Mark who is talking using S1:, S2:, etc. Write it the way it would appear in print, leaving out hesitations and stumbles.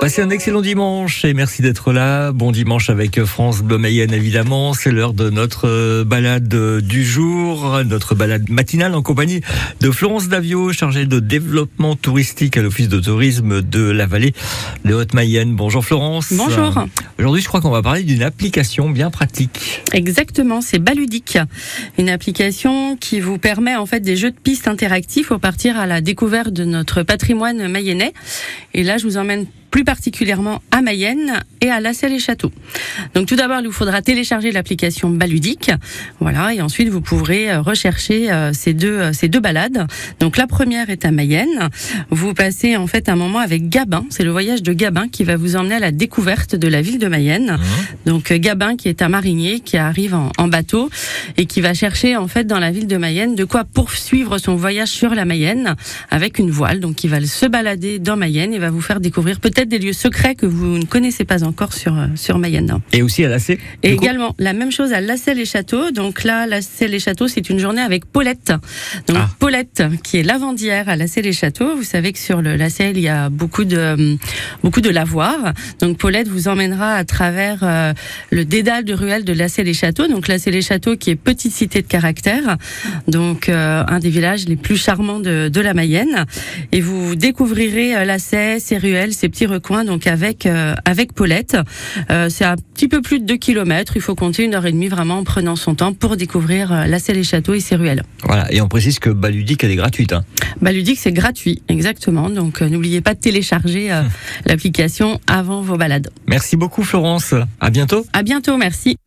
S1: Passez un excellent dimanche et merci d'être là. Bon dimanche avec France Bleu Mayenne évidemment. C'est l'heure de notre balade du jour, notre balade matinale en compagnie de Florence Davio, chargée de développement touristique à l'Office de tourisme de la vallée de Haute-Mayenne. Bonjour Florence.
S2: Bonjour.
S1: Aujourd'hui, je crois qu'on va parler d'une application bien pratique.
S2: Exactement, c'est Baludic, une application qui vous permet en fait des jeux de pistes interactifs pour partir à la découverte de notre patrimoine mayennais. Et là, je vous emmène plus particulièrement à Mayenne et à Lassay-les-Châteaux. Donc tout d'abord, il vous faudra télécharger l'application Baludic. Voilà, et ensuite vous pourrez rechercher ces deux balades. Donc la première est à Mayenne. Vous passez en fait un moment avec Gabin. C'est le voyage de Gabin qui va vous emmener à la découverte de la ville de Mayenne. Donc Gabin qui est un marinier qui arrive en bateau et qui va chercher en fait dans la ville de Mayenne de quoi poursuivre son voyage sur la Mayenne avec une voile. Donc il va se balader dans Mayenne et va vous faire découvrir peut-être des lieux secrets que vous ne connaissez pas encore sur Mayenne.
S1: Et aussi à Lassay.
S2: Et également, la même chose à Lassay-les-Châteaux. Donc là, Lassay-les-Châteaux, c'est une journée avec Paulette. Donc Paulette, qui est lavandière à Lassay-les-Châteaux. Vous savez que sur le Lassay, il y a beaucoup de lavoirs. Donc Paulette vous emmènera à travers le dédale de ruelles de Lassay-les-Châteaux. Donc Lassay-les-Châteaux, qui est petite cité de caractère. Donc un des villages les plus charmants de la Mayenne. Et vous découvrirez Lassay, ses ruelles, ses petits recoins, donc avec Paulette. C'est un petit peu plus de 2 km. Il faut compter 1h30 vraiment en prenant son temps pour découvrir Lassay-les-Châteaux et ses ruelles.
S1: Voilà, et on précise que Baludic, elle est gratuite.
S2: Baludic, c'est gratuit, exactement. Donc n'oubliez pas de télécharger l'application avant vos balades.
S1: Merci beaucoup Florence. À bientôt.
S2: À bientôt, merci.